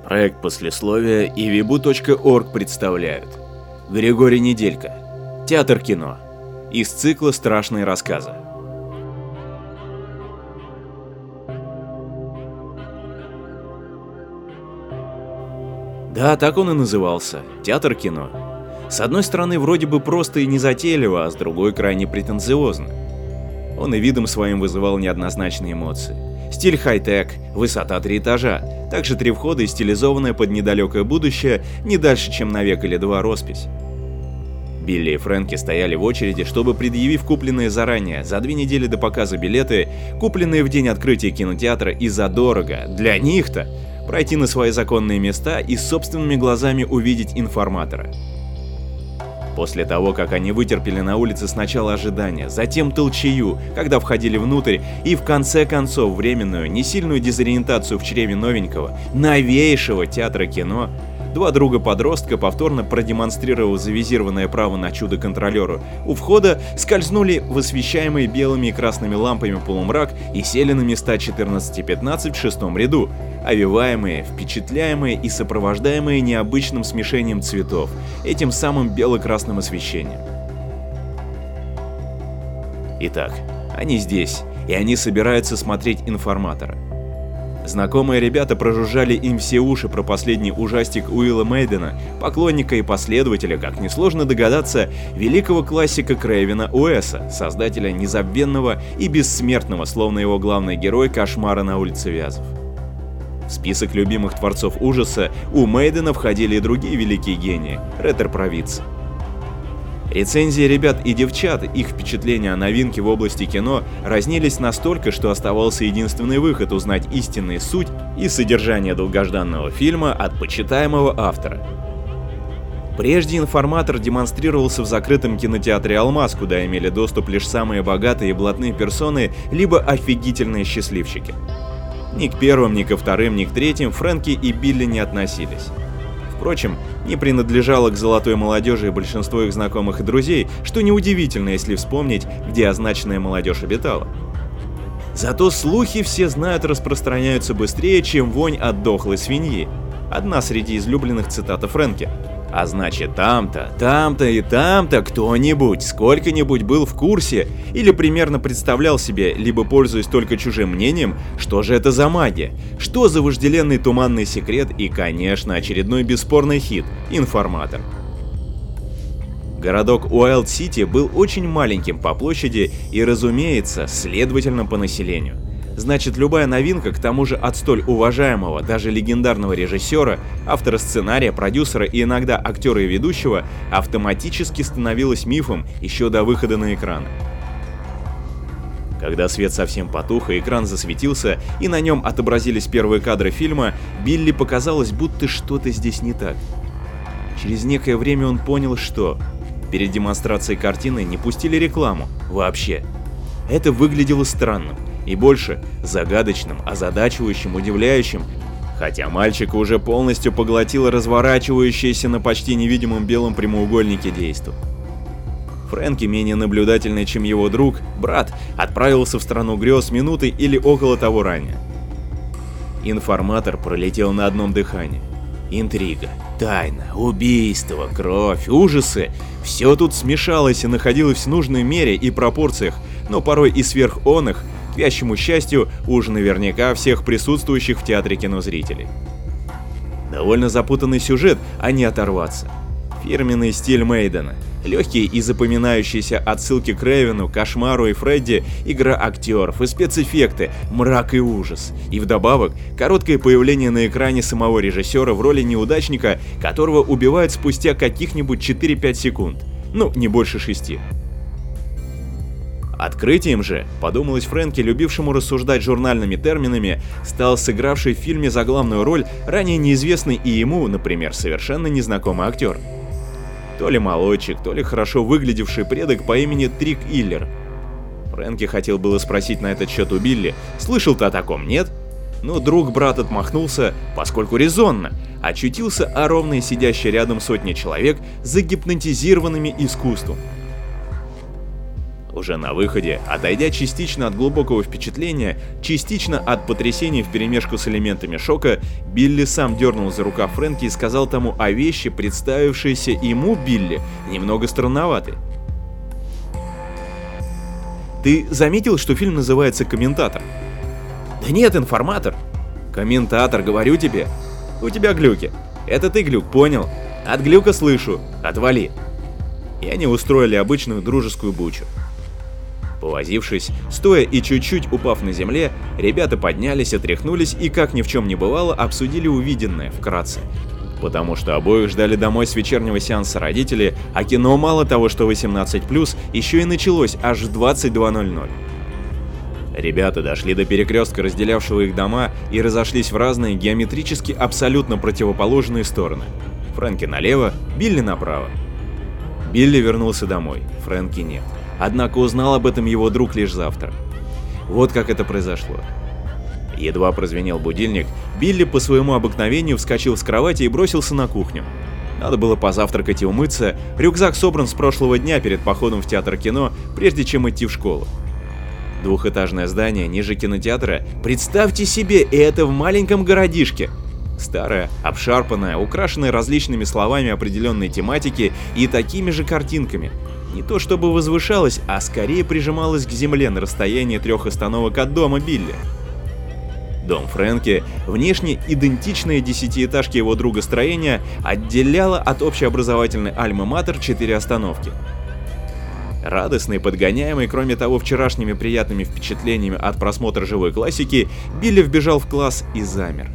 Проект послесловия и vibu.org представляют. Григорий Неделько. Театр кино. Из цикла «Страшные рассказы». Да, так он и назывался. Театр кино. С одной стороны, вроде бы просто и незатейливо, а с другой крайне претенциозно. Он и видом своим вызывал неоднозначные эмоции. Стиль хай-тек, высота 3 этажа, также 3 входа и стилизованная под недалекое будущее, не дальше, чем на век или 2 роспись. Билли и Фрэнки стояли в очереди, чтобы, предъявив купленные заранее, за 2 недели до показа билеты, купленные в день открытия кинотеатра и задорого, для них-то, пройти на свои законные места и собственными глазами увидеть информатора. После того, как они вытерпели на улице сначала ожидания, затем толчею, когда входили внутрь, и в конце концов временную, несильную дезориентацию в чреве новенького, новейшего театра кино, два друга-подростка, повторно продемонстрировав завизированное право на чудо контролеру, у входа скользнули в освещаемый белыми и красными лампами полумрак и сели на места 14-15 в 6-м ряду, овеваемые, впечатляемые и сопровождаемые необычным смешением цветов, этим самым бело-красным освещением. Итак, они здесь, и они собираются смотреть информатора. Знакомые ребята прожужжали им все уши про последний ужастик Уилла Мейдена, поклонника и последователя, как несложно догадаться, великого классика Крейвена Уэса, создателя незабвенного и бессмертного, словно его главный герой, «Кошмара на улице Вязов». В список любимых творцов ужаса у Мейдена входили и другие великие гении, ретро-провидцы. Рецензии ребят и девчат, их впечатления о новинке в области кино разнились настолько, что оставался единственный выход узнать истинную суть и содержание долгожданного фильма от почитаемого автора. Прежде информатор демонстрировался в закрытом кинотеатре «Алмаз», куда имели доступ лишь самые богатые и блатные персоны, либо офигительные счастливчики. Ни к первым, ни ко вторым, ни к третьим Фрэнки и Билли не относились. Впрочем, не принадлежало к золотой молодежи и большинство их знакомых и друзей, что неудивительно, если вспомнить, где означенная молодежь обитала. Зато слухи, все знают, распространяются быстрее, чем вонь от дохлой свиньи. Одна среди излюбленных цитат Фрэнки. А значит, там-то и там-то кто-нибудь, сколько-нибудь был в курсе или примерно представлял себе, либо пользуясь только чужим мнением, что же это за магия, что за вожделенный туманный секрет и, конечно, очередной бесспорный хит – информатор. Городок Уайлд-Сити был очень маленьким по площади и, разумеется, следовательно, по населению. Значит, любая новинка, к тому же от столь уважаемого, даже легендарного режиссера, автора сценария, продюсера и иногда актера и ведущего, автоматически становилась мифом еще до выхода на экраны. Когда свет совсем потух и экран засветился, и на нем отобразились первые кадры фильма, Билли показалось, будто что-то здесь не так. Через некое время он понял, что перед демонстрацией картины не пустили рекламу вообще. Это выглядело странным. И больше загадочным, озадачивающим, удивляющим, хотя мальчика уже полностью поглотило разворачивающееся на почти невидимом белом прямоугольнике действо. Фрэнки, менее наблюдательный, чем его друг, брат, отправился в страну грез минуты или около того ранее. Информатор пролетел на одном дыхании. Интрига, тайна, убийство, кровь, ужасы – все тут смешалось и находилось в нужной мере и пропорциях, но порой и сверх оных, к вящему счастью, уж наверняка всех присутствующих в театре кинозрителей. Довольно запутанный сюжет, а не оторваться. Фирменный стиль Мейдена, легкие и запоминающиеся отсылки к Рейвену, Кошмару и Фредди, игра актеров и спецэффекты, мрак и ужас. И вдобавок, короткое появление на экране самого режиссера в роли неудачника, которого убивают спустя каких-нибудь 4-5 секунд, ну, не больше 6. Открытием же, подумалось Фрэнки, любившему рассуждать журнальными терминами, стал сыгравший в фильме заглавную роль ранее неизвестный и ему, например, совершенно незнакомый актер. То ли молодчик, то ли хорошо выглядевший предок по имени Трик Иллер. Фрэнки хотел было спросить на этот счет у Билли, слышал ты о таком, нет? Но друг-брат отмахнулся, поскольку резонно, очутился о ровной сидящей рядом сотни человек, загипнотизированными искусством. Уже на выходе, отойдя частично от глубокого впечатления, частично от потрясения вперемешку с элементами шока, Билли сам дернул за рукав Фрэнки и сказал тому о вещи, представившейся ему, Билли, немного странноватой. «Ты заметил, что фильм называется «Комментатор»?» «Да нет, информатор». «Комментатор, говорю тебе. У тебя глюки. Это ты глюк, понял? От глюка слышу. Отвали». И они устроили обычную дружескую бучу. Повозившись, стоя и чуть-чуть упав на земле, ребята поднялись, отряхнулись и, как ни в чем не бывало, обсудили увиденное вкратце. Потому что обоих ждали домой с вечернего сеанса родители, а кино мало того, что 18+, еще и началось аж в 22:00. Ребята дошли до перекрестка, разделявшего их дома, и разошлись в разные геометрически абсолютно противоположные стороны. Фрэнки налево, Билли направо. Билли вернулся домой, Фрэнки нет. Однако узнал об этом его друг лишь завтра. Вот как это произошло. Едва прозвенел будильник, Билли по своему обыкновению вскочил с кровати и бросился на кухню. Надо было позавтракать и умыться, рюкзак собран с прошлого дня перед походом в театр-кино, прежде чем идти в школу. Двухэтажное здание ниже кинотеатра, представьте себе, и это в маленьком городишке. Старое, обшарпанное, украшенное различными словами определенной тематики и такими же картинками. Не то чтобы возвышалось, а скорее прижималось к земле на расстоянии 3 остановок от дома Билли. Дом Фрэнки, внешне идентичное 10-этажке его друга строение, отделяло от общеобразовательной Альма-Матер 4 остановки. Радостный, подгоняемый, кроме того, вчерашними приятными впечатлениями от просмотра живой классики, Билли вбежал в класс и замер.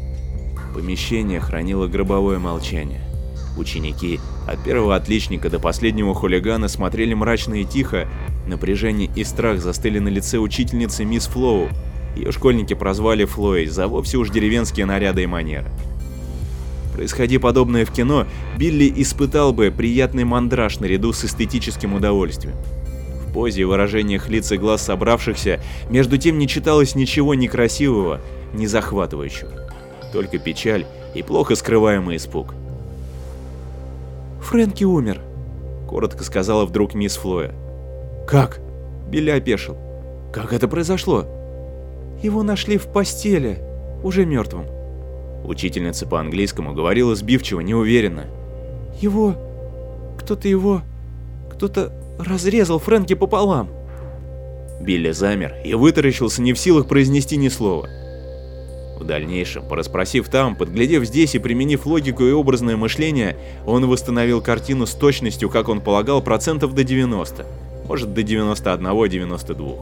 Помещение хранило гробовое молчание. Ученики, от первого отличника до последнего хулигана, смотрели мрачно и тихо. Напряжение и страх застыли на лице учительницы мисс Флоу. Ее школьники прозвали Флой за вовсе уж деревенские наряды и манеры. Происходи подобное в кино, Билли испытал бы приятный мандраж наряду с эстетическим удовольствием. В позе и выражениях лиц и глаз собравшихся, между тем не читалось ничего ни красивого, ни захватывающего. Только печаль и плохо скрываемый испуг. «Фрэнки умер», — коротко сказала вдруг мисс Флоя. «Как?» — Билли опешил. «Как это произошло?» «Его нашли в постели, уже мертвым». Учительница по английскому говорила сбивчиво, неуверенно. Кто-то разрезал Фрэнки пополам». Билли замер и вытаращился, не в силах произнести ни слова. В дальнейшем, порасспросив там, подглядев здесь и применив логику и образное мышление, он восстановил картину с точностью, как он полагал, процентов до 90, может до 91-92.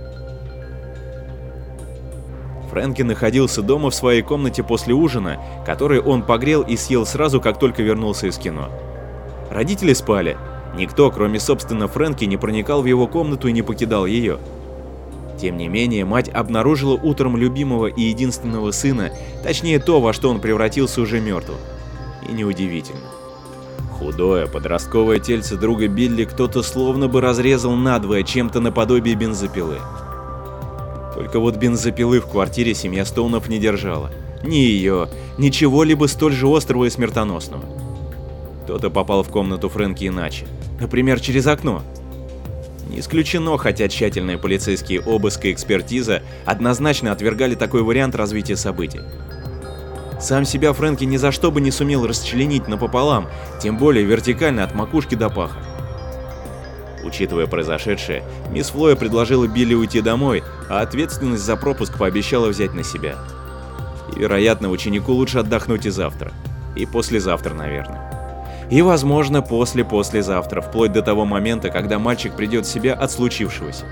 Фрэнки находился дома в своей комнате после ужина, который он погрел и съел сразу, как только вернулся из кино. Родители спали, никто, кроме собственно Фрэнки, не проникал в его комнату и не покидал ее. Тем не менее, мать обнаружила утром любимого и единственного сына, точнее то, во что он превратился уже мертвым. И неудивительно. Худое, подростковое тельце друга Билли кто-то словно бы разрезал надвое чем-то наподобие бензопилы. Только вот бензопилы в квартире семья Стоунов не держала. Ни ее, ни чего-либо столь же острого и смертоносного. Кто-то попал в комнату Фрэнки иначе, например, через окно. Не исключено, хотя тщательные полицейские обыск и экспертиза однозначно отвергали такой вариант развития событий. Сам себя Фрэнки ни за что бы не сумел расчленить напополам, тем более вертикально от макушки до паха. Учитывая произошедшее, мисс Флоя предложила Билли уйти домой, а ответственность за пропуск пообещала взять на себя. И, вероятно, ученику лучше отдохнуть и завтра. И послезавтра, наверное. И, возможно, послезавтра, вплоть до того момента, когда мальчик придет в себя от случившегося.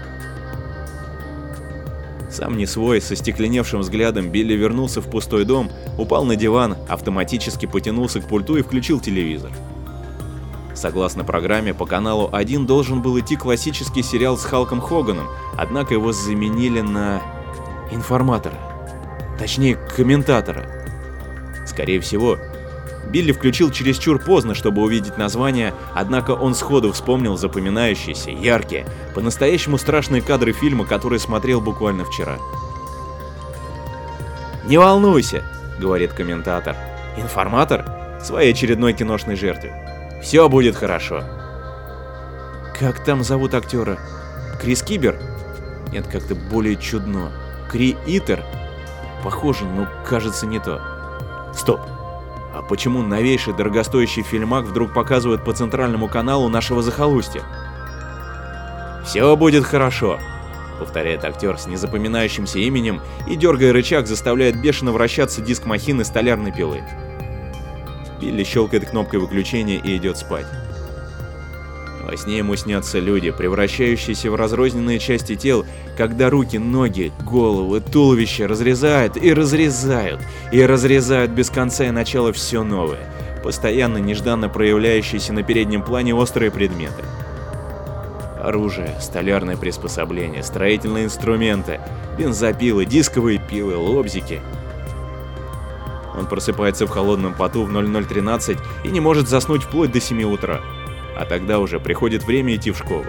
Сам не свой, со стекленевшим взглядом Билли вернулся в пустой дом, упал на диван, автоматически потянулся к пульту и включил телевизор. Согласно программе, по каналу 1 должен был идти классический сериал с Халком Хоганом, однако его заменили на информатора. Точнее, комментатора. Скорее всего, Билли включил чересчур поздно, чтобы увидеть название, однако он сходу вспомнил запоминающиеся, яркие, по-настоящему страшные кадры фильма, который смотрел буквально вчера. «Не волнуйся», — говорит комментатор. «Информатор? Своей очередной киношной жертве. Все будет хорошо». «Как там зовут актера?» Крис Кибер? Нет, как-то более чудно. Кри Итер? Похоже, но кажется не то. Стоп. А почему новейший дорогостоящий фильмак вдруг показывают по центральному каналу нашего захолустья? «Все будет хорошо», — повторяет актер с незапоминающимся именем и, дергая рычаг, заставляет бешено вращаться диск махины столярной пилы. Билли щелкает кнопкой выключения и идет спать. Во сне ему снятся люди, превращающиеся в разрозненные части тел, когда руки, ноги, головы, туловище разрезают и разрезают, и разрезают без конца и начала все новое, постоянно нежданно проявляющиеся на переднем плане острые предметы. Оружие, столярные приспособления, строительные инструменты, бензопилы, дисковые пилы, лобзики. Он просыпается в холодном поту в 00:13 и не может заснуть вплоть до 7 утра. А тогда уже приходит время идти в школу.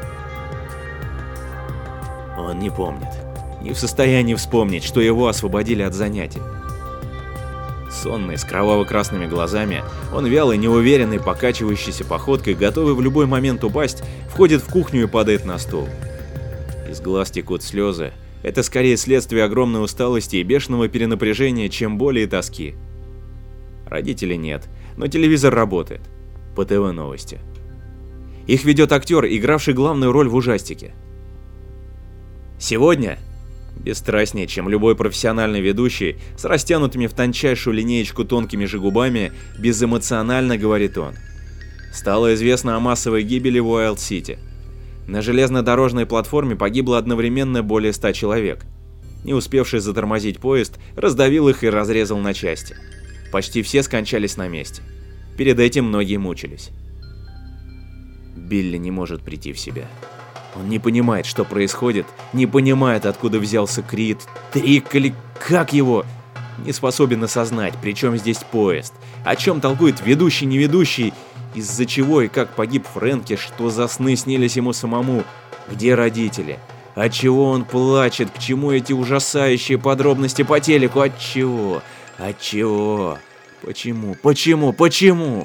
Он не помнит, не в состоянии вспомнить, что его освободили от занятий. Сонный, с кроваво-красными глазами, он вялой, неуверенной, покачивающейся походкой, готовый в любой момент упасть, входит в кухню и падает на стол. Из глаз текут слезы. Это скорее следствие огромной усталости и бешеного перенапряжения, чем боли и тоски. Родителей нет, но телевизор работает. По ТВ новости. Их ведет актер, игравший главную роль в ужастике. Сегодня, бесстрастнее, чем любой профессиональный ведущий, с растянутыми в тончайшую линеечку тонкими же губами, безэмоционально говорит он. Стало известно о массовой гибели в Уайлд-Сити. На железнодорожной платформе погибло одновременно более 100 человек. Не успевший затормозить поезд, раздавил их и разрезал на части. Почти все скончались на месте. Перед этим многие мучились. Билли не может прийти в себя. Он не понимает, что происходит, не понимает, откуда взялся Крид, Трик или как его. Не способен осознать, при чем здесь поезд, о чем толкует ведущий-неведущий, из-за чего и как погиб Фрэнки, что за сны снились ему самому, где родители, отчего он плачет, к чему эти ужасающие подробности по телеку, отчего, почему?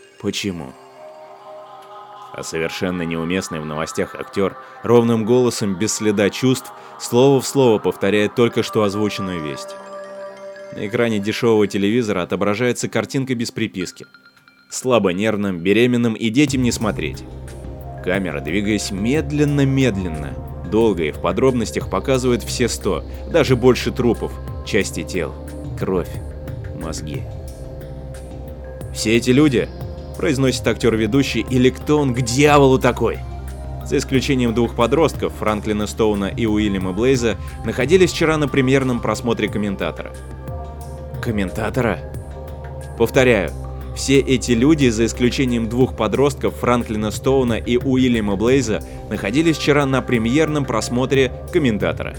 А совершенно неуместный в новостях актер ровным голосом, без следа чувств, слово в слово повторяет только что озвученную весть. На экране дешевого телевизора отображается картинка без приписки. Слабонервным, беременным и детям не смотреть. Камера, двигаясь медленно, долго и в подробностях показывает все 100, даже больше трупов, части тел, кровь, мозги. Все эти люди, произносит актер-ведущий, или кто он к дьяволу такой? За исключением 2 подростков, Франклина Стоуна и Уильяма Блейза, находились вчера на премьерном просмотре комментатора. Комментатора? Повторяю, все эти люди, за исключением 2 подростков, Франклина Стоуна и Уильяма Блейза, находились вчера на премьерном просмотре комментатора.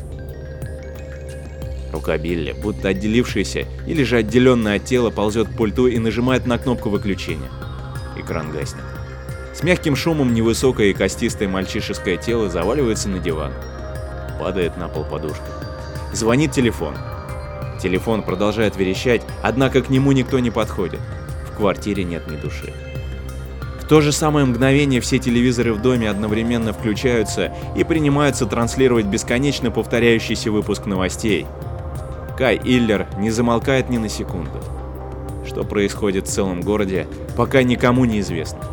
Рука Билли, будто отделившаяся или же отделенная от тела, ползет к пульту и нажимает на кнопку выключения. Экран гаснет. С мягким шумом невысокое и костистое мальчишеское тело заваливается на диван. Падает на пол подушка. Звонит телефон. Телефон продолжает верещать, однако к нему никто не подходит. В квартире нет ни души. В то же самое мгновение все телевизоры в доме одновременно включаются и принимаются транслировать бесконечно повторяющийся выпуск новостей. Кай Иллер не замолкает ни на секунду. Что происходит в целом городе, пока никому не известно.